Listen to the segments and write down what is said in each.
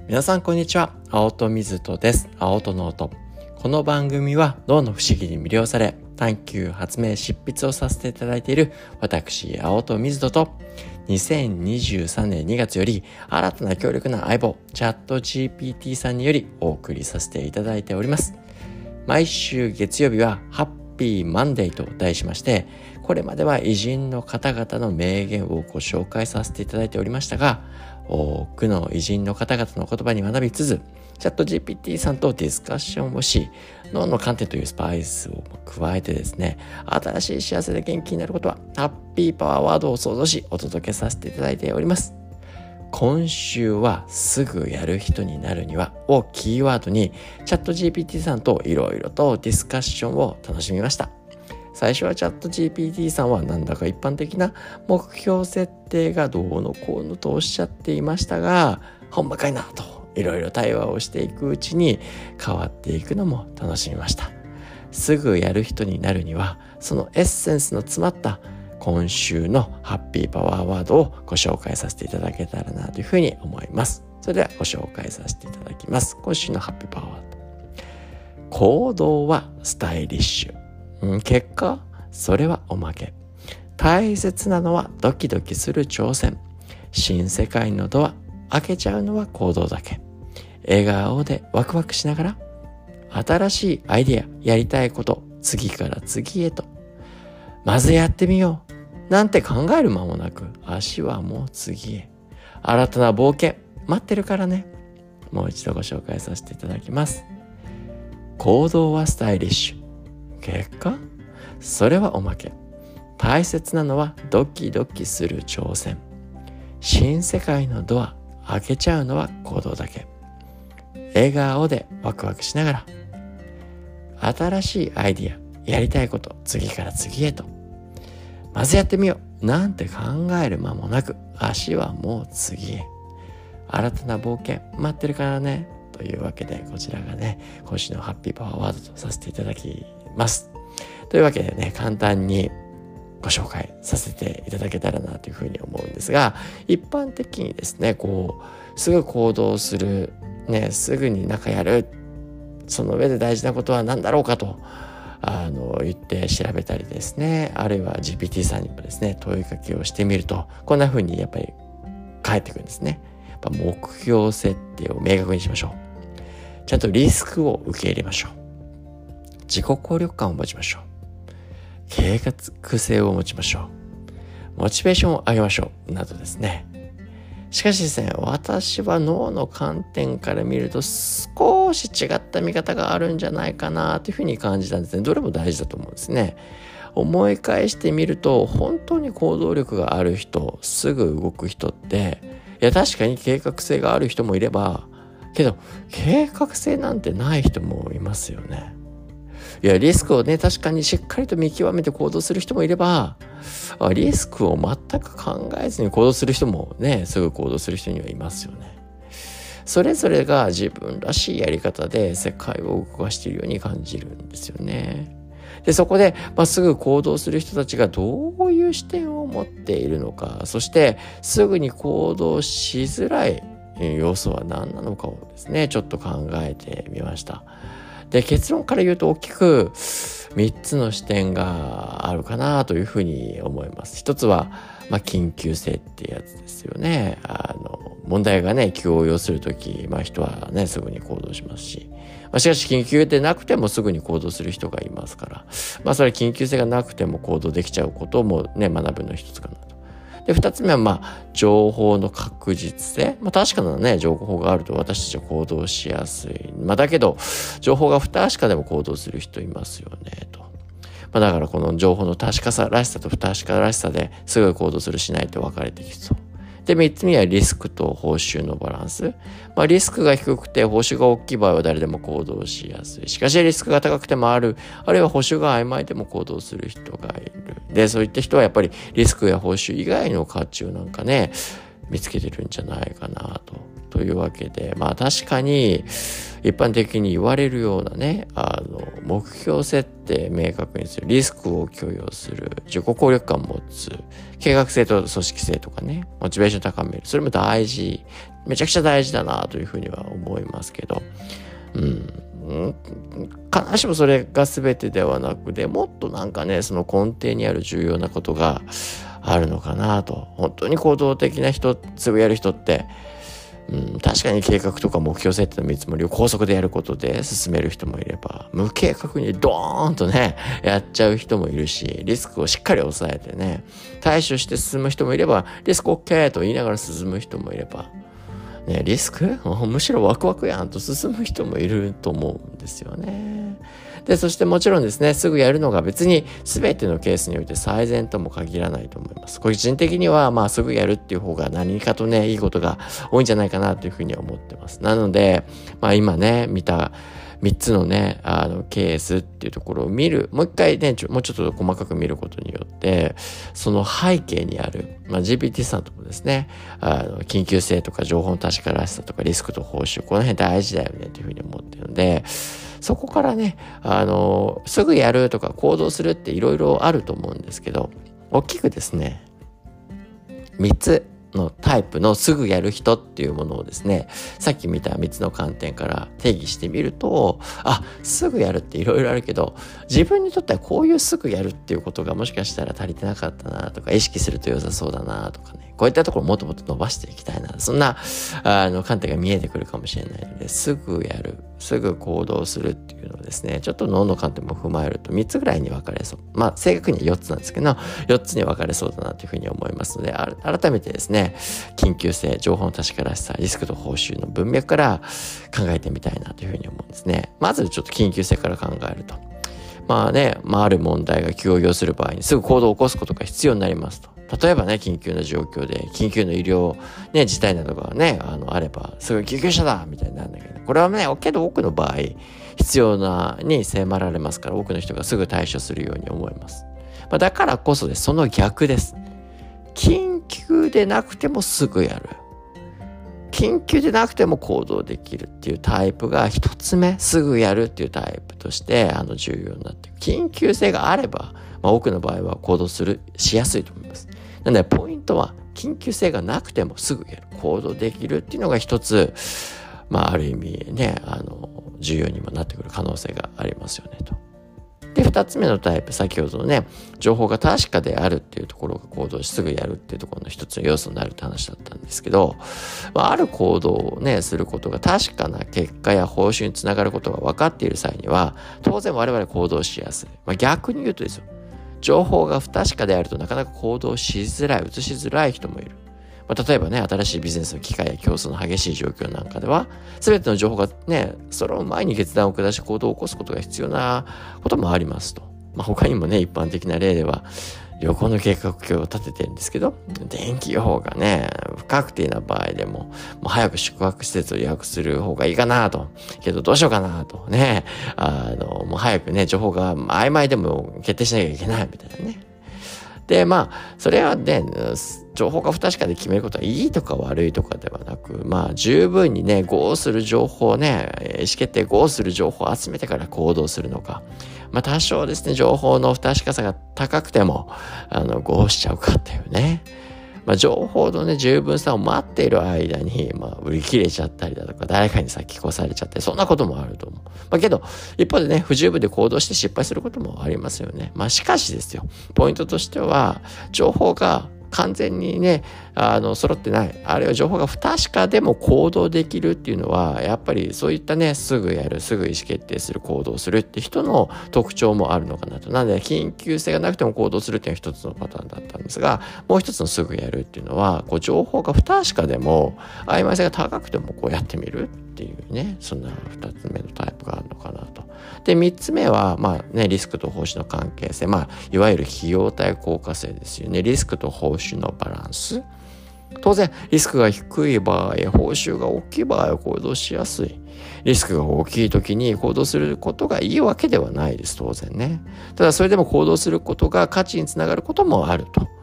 皆さんこんにちは。青戸水戸です。青戸の音。この番組は脳の不思議に魅了され、探求、発明、執筆をさせていただいている私、青戸水戸と、2023年2月より新たな強力な相棒、チャット GPT さんによりお送りさせていただいております。毎週月曜日はハッピーマンデーと題しまして、これまでは偉人の方々の名言をご紹介させていただいておりましたが、多くの偉人の方々の言葉に学びつつ、チャット GPT さんとディスカッションをし、脳の観点というスパイスを加えてですね、新しい幸せで元気になることはハッピーパワーワードを創造しお届けさせていただいております。今週はすぐやる人になるにはをキーワードにチャット GPT さんといろいろとディスカッションを楽しみました。最初はチャット GPT さんはなんだか一般的な目標設定がどうのこうのとおっしゃっていましたが、ほんまかいなといろいろ対話をしていくうちに変わっていくのも楽しみました。すぐやる人になるにはそのエッセンスの詰まった今週のハッピーパワーワードをご紹介させていただけたらなというふうに思います。それではご紹介させていただきます。今週のハッピーパワーワード。行動はスタイリッシュ。結果、それはおまけ。大切なのはドキドキする挑戦。新世界のドア、開けちゃうのは行動だけ。笑顔でワクワクしながら、新しいアイディア、やりたいこと、次から次へと。まずやってみよう。なんて考える間もなく、足はもう次へ。新たな冒険、待ってるからね。もう一度ご紹介させていただきます。行動はスタイリッシュ。結果、それはおまけ。大切なのはドキドキする挑戦。新世界のドア、開けちゃうのは行動だけ。笑顔でワクワクしながら、新しいアイディア、やりたいこと、次から次へと。まずやってみよう。なんて考える間もなく、足はもう次へ。新たな冒険、待ってるからね。というわけで、こちらがね、今週のハッピーパワーワードとさせていただきます。というわけでね、簡単にご紹介させていただけたらなというふうに思うんですが、一般的にですね、すぐ行動する、ね、すぐにやる、その上で大事なことは何だろうかと、言って調べたりですね、あるいは GPT さんにもですね、問いかけをしてみると、こんなふうにやっぱり返ってくるんですね。やっぱ目標設定を明確にしましょう。ちゃんとリスクを受け入れましょう。自己効力感を持ちましょう。計画性を持ちましょう。モチベーションを上げましょう。などですね。しかしですね、私は脳の観点から見ると少し違った見方があるんじゃないかなというふうに感じたんですね。どれも大事だと思うんですね。思い返してみると、本当に行動力がある人、すぐ動く人って、確かに計画性がある人もいれば、けど計画性なんてない人もいますよね。リスクをね、確かにしっかりと見極めて行動する人もいれば、リスクを全く考えずに行動する人もね、すぐ行動する人にはいますよね。それぞれが自分らしいやり方で世界を動かしているように感じるんですよね。で、そこで、すぐ行動する人たちがどういう視点を持っているのか、そしてすぐに行動しづらい要素は何なのかをですね、ちょっと考えてみました。で、結論から言うと大きく3つの視点があるかなというふうに思います。一つは、緊急性ってやつですよね。問題がね、急を要するとき、人はね、すぐに行動しますし、しかし緊急でなくてもすぐに行動する人がいますから、それ緊急性がなくても行動できちゃうこともね、学ぶの一つかなと。で、二つ目は情報の確実性。確かなね、情報があると私たちは行動しやすい。だけど、情報が不確かでも行動する人いますよね、と。だからこの情報の確かさらしさと不確からしさですぐ行動するしないと分かれてきそう。で、三つ目はリスクと報酬のバランス。リスクが低くて報酬が大きい場合は誰でも行動しやすい。しかしリスクが高くてもあるいは報酬が曖昧でも行動する人がいる。で、そういった人はやっぱりリスクや報酬以外の価値を見つけてるんじゃないかなとというわけで、確かに一般的に言われるようなね、目標設定明確にする、リスクを許容する、自己効力感を持つ、計画性と組織性とかね、モチベーション高める、それも大事、めちゃくちゃ大事だなというふうには思いますけど、必ずしもそれが全てではなくて、もっとなんかね、その根底にある重要なことがあるのかなと。本当に行動的な人、すぐやる人って、確かに計画とか目標設定の見積もりを高速でやることで進める人もいれば、無計画にドーンとね、やっちゃう人もいるし、リスクをしっかり抑えてね、対処して進む人もいれば、リスク OK と言いながら進む人もいれば、ね、リスクむしろワクワクやんと進む人もいると思うんですよね。で、そしてもちろんですね、すぐやるのが別に全てのケースにおいて最善とも限らないと思います。個人的にはすぐやるっていう方が何かとね、いいことが多いんじゃないかなというふうには思ってます。なので、今ね、見た3つのね、ケースっていうところを見る、もう一回ね、もうちょっと細かく見ることによって、その背景にある、GPT さんともですね、緊急性とか情報の確からしさとかリスクと報酬、この辺大事だよねというふうに思ってるので、そこからね、すぐやるとか行動するっていろいろあると思うんですけど、大きくですね、3つのタイプのすぐやる人っていうものをですね、さっき見た3つの観点から定義してみると、すぐやるっていろいろあるけど、自分にとってはこういうすぐやるっていうことがもしかしたら足りてなかったなとか、意識すると良さそうだなとかね、こういったところをもっともっと伸ばしていきたいな、そんな観点が見えてくるかもしれないので、すぐやる、すぐ行動するっていうのをですね、ちょっと脳の観点も踏まえると3つぐらいに分かれそう。正確には4つなんですけど、4つに分かれそうだなというふうに思いますので、改めてですね、緊急性、情報の確からしさ、リスクと報酬の文脈から考えてみたいなというふうに思うんですね。まずちょっと緊急性から考えると。ある問題が急を要する場合にすぐ行動を起こすことが必要になりますと。例えばね、緊急な状況で緊急の医療、事態などがね、あればすぐ救急車だみたいになるんだけど、これはね、けど多くの場合必要なに迫られますから、多くの人がすぐ対処するように思います。だからこそその逆です。緊急でなくてもすぐやる。緊急でなくても行動できるっていうタイプが一つ目、すぐやるっていうタイプとして重要になっている。緊急性があれば、多くの場合は行動しやすいと思います。なのでポイントは緊急性がなくてもすぐやる、行動できるっていうのが一つ、ある意味ね、重要にもなってくる可能性がありますよねと。で、2つ目のタイプ、先ほどのね、情報が確かであるっていうところが行動しすぐやるっていうところの一つの要素になるって話だったんですけど、ある行動をね、することが確かな結果や報酬につながることが分かっている際には、当然我々行動しやすい。逆に言うとですよ、情報が不確かであるとなかなか行動しづらい、移しづらい人もいる。例えばね、新しいビジネスの機会や競争の激しい状況なんかでは、全ての情報がね、その前に決断を下し行動を起こすことが必要なこともありますと。他にもね、一般的な例では、旅行の計画表を立ててるんですけど、天気予報がね、不確定な場合でも、もう早く宿泊施設を予約する方がいいかなと。けどどうしようかなとね、もう早くね、情報が曖昧でも決定しなきゃいけないみたいなね。で、それはね、情報が不確かで決めることはいいとか悪いとかではなく、十分にね、合する情報をね、意思決定合する情報を集めてから行動するのか。多少ですね、情報の不確かさが高くても、合しちゃうかっていうね。情報のね、十分さを待っている間に、売り切れちゃったりだとか、誰かに先越されちゃったり、そんなこともあると思う。けど、一方でね、不十分で行動して失敗することもありますよね。しかしですよ、ポイントとしては、情報が完全にね、揃ってない、あるいは情報が不確かでも行動できるっていうのは、やっぱりそういったね、すぐやる、すぐ意思決定する、行動するって人の特徴もあるのかなと。なので、緊急性がなくても行動するっていうのは一つのパターンだったんですが、もう一つのすぐやるっていうのは、情報が不確かでも、曖昧性が高くてもやってみるっていうね、そんな二つ目のタイプがあるのかなと。で、三つ目は、リスクと報酬の関係性。いわゆる費用対効果性ですよね。リスクと報酬のバランス。当然、リスクが低い場合、報酬が大きい場合は行動しやすい。リスクが大きい時に行動することがいいわけではないです、当然ね。ただ、それでも行動することが価値につながることもあると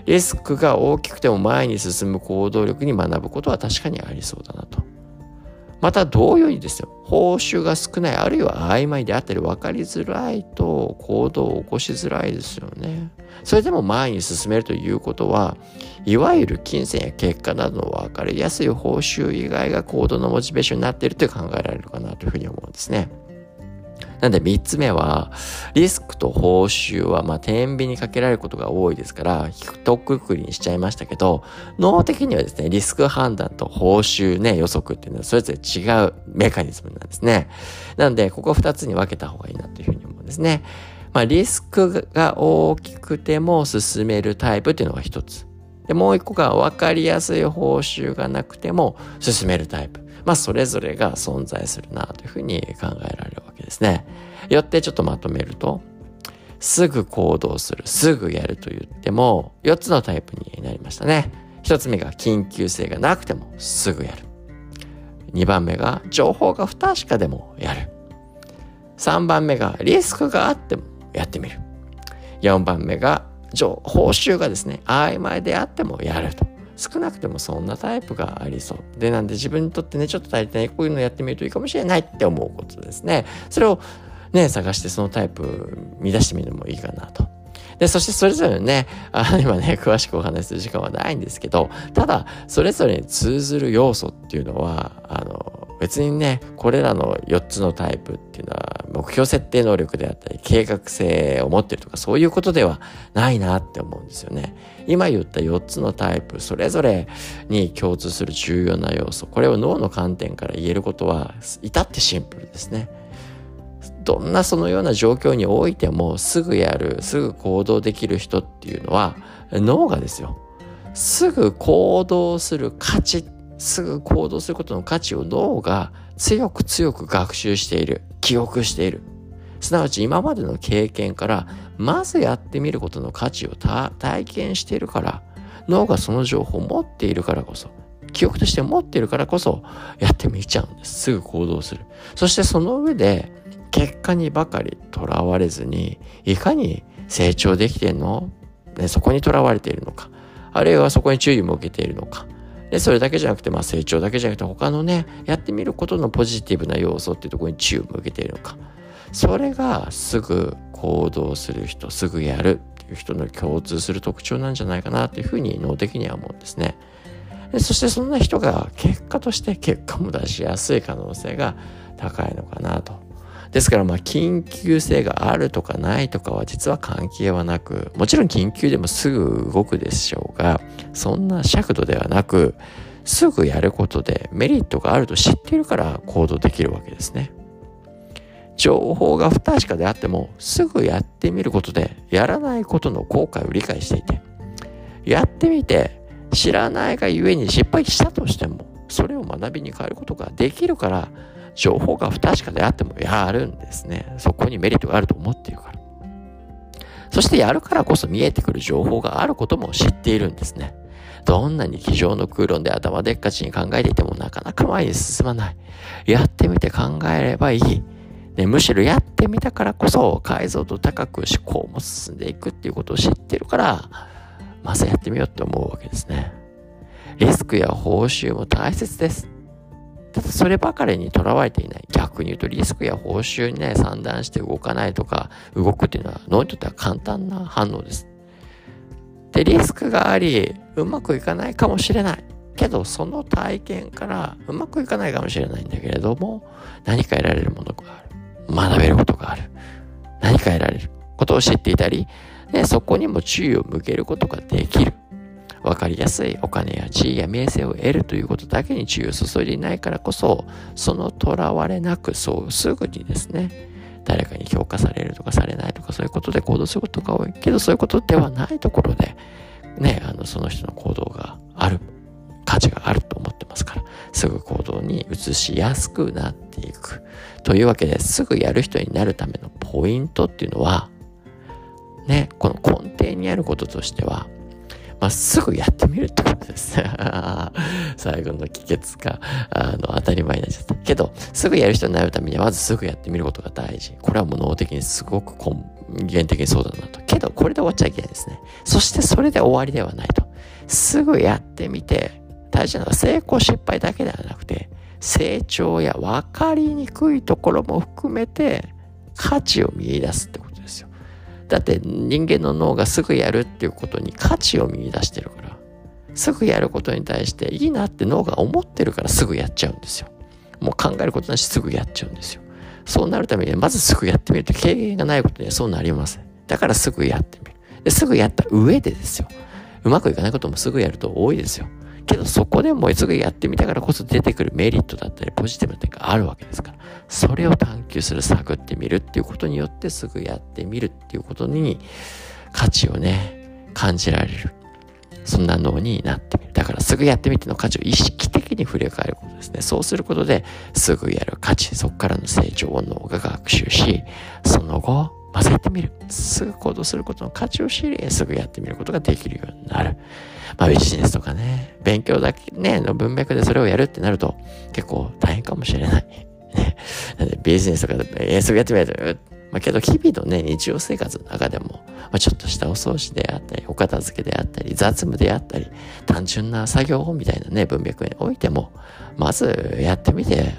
リスクが大きくても前に進む行動力に学ぶことは確かにありそうだなと。また同様にですよ、報酬が少ない、あるいは曖昧であったり分かりづらいと行動を起こしづらいですよね。それでも前に進めるということは、いわゆる金銭や結果などの分かりやすい報酬以外が行動のモチベーションになっていると考えられるかなというふうに思うんですね。なんで3つ目は、リスクと報酬は天秤にかけられることが多いですから、一括りにしちゃいましたけど、脳的にはですね、リスク判断と報酬ね、予測っていうのはそれぞれ違うメカニズムなんですね。なので、ここ2つに分けた方がいいなというふうに思うんですね。リスクが大きくても進めるタイプっていうのが1つ。で、もう1個が分かりやすい報酬がなくても進めるタイプ。それぞれが存在するなというふうに考えられるわけですね。よってちょっとまとめると、すぐ行動する、すぐやると言っても4つのタイプになりましたね。1つ目が緊急性がなくてもすぐやる。2番目が情報が不確かでもやる。3番目がリスクがあってもやってみる。4番目が報酬がですね、曖昧であってもやると。少なくてもそんなタイプがありそう。で、なんで自分にとってね、ちょっと足りてない、こういうのやってみるといいかもしれないって思うことですね。それをね、探してそのタイプ見出してみるのもいいかなと。で、そしてそれぞれね、今ね、詳しくお話しする時間はないんですけど、ただ、それぞれに通ずる要素っていうのは、別にね、これらの4つのタイプっていうのは、目標設定能力であったり、計画性を持っているとか、そういうことではないなって思うんですよね。今言った4つのタイプ、それぞれに共通する重要な要素、これを脳の観点から言えることは、至ってシンプルですね。どんなそのような状況においてもすぐやる、すぐ行動できる人っていうのは脳がですよ。すぐ行動する価値、すぐ行動することの価値を脳が強く学習している、記憶している。すなわち今までの経験からまずやってみることの価値を体験しているから、脳がその情報を持っているからこそ、記憶として持っているからこそやってみちゃうんです。すぐ行動する。そしてその上で結果にばかりとらわれずに、いかに成長できているの、そこにとらわれているのか、あるいはそこに注意を向けているのか。で、それだけじゃなくて、成長だけじゃなくて、他のね、やってみることのポジティブな要素っていうところに注意を向けているのか。それがすぐ行動する人、すぐやるっていう人の共通する特徴なんじゃないかなっていうふうに脳的には思うんですね。で、そしてそんな人が結果として結果も出しやすい可能性が高いのかなと。ですから緊急性があるとかないとかは実は関係はなく、もちろん緊急でもすぐ動くでしょうが、そんな尺度ではなく、すぐやることでメリットがあると知っているから行動できるわけですね。情報が不確かであってもすぐやってみることでやらないことの後悔を理解していて、やってみて知らないがゆえに失敗したとしてもそれを学びに変えることができるから、情報が不確かであってもやるんですね。そこにメリットがあると思っているから。そしてやるからこそ見えてくる情報があることも知っているんですね。どんなに机上の空論で頭でっかちに考えていてもなかなか前に進まない。やってみて考えればいい。むしろやってみたからこそ解像度高く思考も進んでいくっていうことを知ってるから、まずやってみようって思うわけですね。リスクや報酬も大切です。ただそればかりにとらわれていない。逆に言うとリスクや報酬にね、散乱して動かないとか、動くっていうのは脳にとっては簡単な反応です。で、リスクがあり、うまくいかないかもしれない。けど、その体験からうまくいかないかもしれないんだけれども、何か得られるものがある。学べることがある。何か得られることを知っていたり、そこにも注意を向けることができる。わかりやすいお金や地位や名声を得るということだけに注意を注いでいないからこそ、そのとらわれなく、そうすぐにですね、誰かに評価されるとかされないとかそういうことで行動することが多いけど、そういうことではないところでその人の行動がある価値があると思ってますから、すぐ行動に移しやすくなっていくというわけで、すぐやる人になるためのポイントっていうのはこの根底にあることとしては、すぐやってみるってことです。最後の帰結が当たり前になっちゃったけど、すぐやる人になるためにはまずすぐやってみることが大事。これはもう脳的にすごく根源的にそうだなと。 けどこれで終わっちゃいけないですね。そしてそれで終わりではないと。すぐやってみて、大事なのは成功失敗だけではなくて、成長や分かりにくいところも含めて価値を見出すってことですよ。だって人間の脳がすぐやるっていうことに価値を見出してるから、すぐやることに対していいなって脳が思ってるからすぐやっちゃうんですよ。もう考えることなしすぐやっちゃうんですよ。そうなるためにまずすぐやってみると、経験がないことにはそうなりません。だからすぐやってみる。ですぐやった上でですよ。うまくいかないこともすぐやると多いですよ。けどそこでもすぐやってみたからこそ出てくるメリットだったりポジティブな点があるわけですから、それを探求する、探ってみるっていうことによってすぐやってみるっていうことに価値をね感じられる、そんな脳になってみる。だからすぐやってみての価値を意識的に振り返ることですね。そうすることですぐやる価値、そこからの成長を脳が学習し、その後まずやってみる、すぐ行動することの価値を知り、すぐやってみることができるようになる。ビジネスとかね、勉強だけねの文脈でそれをやるってなると結構大変かもしれないね。なんでビジネスとかですぐやってみると、けど日々のね日常生活の中でも、ちょっとしたお掃除であったり、お片付けであったり、雑務であったり、単純な作業みたいなね文脈においても、まずやってみて、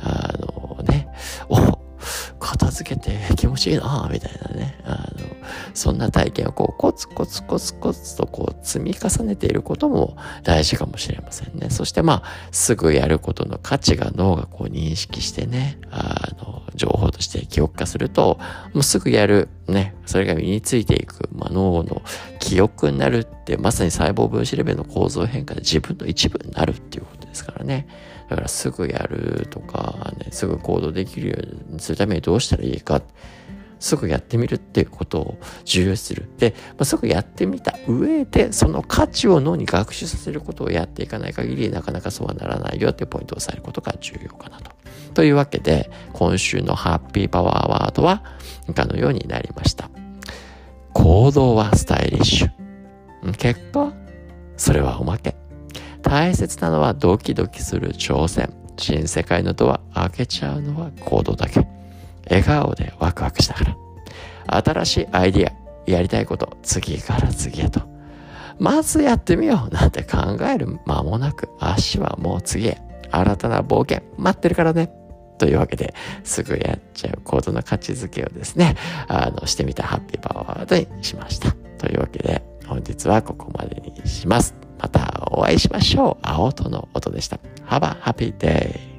片付けて気持ちいいなみたいなね、そんな体験をコツコツと積み重ねていることも大事かもしれませんね。そしてすぐやることの価値が脳が認識してね、情報として記憶化すると、もうすぐやるね、それが身についていく、脳の記憶になるって、まさに細胞分子レベルの構造変化で自分の一部になるっていうことですからね。だからすぐやるとかね、すぐ行動できるようにするためにどうしたらいいか、すぐやってみるっていうことを重要視する。で、すぐやってみた上でその価値を脳に学習させることをやっていかない限り、なかなかそうはならないよっていうポイントを押さえることが重要かなと。というわけで、今週のハッピーパワーワードは以下のようになりました。行動はスタイリッシュ。結果、それはおまけ。大切なのはドキドキする挑戦。新世界のドア開けちゃうのは行動だけ。笑顔でワクワクしながら。新しいアイディア、やりたいこと、次から次へと。まずやってみようなんて考える間もなく、足はもう次へ。新たな冒険待ってるからね。というわけで、すぐやっちゃう行動の価値づけをですね、してみたハッピーパワードにしました。というわけで、本日はここまでにします。またお会いしましょう。青との音でした。Have a happy day.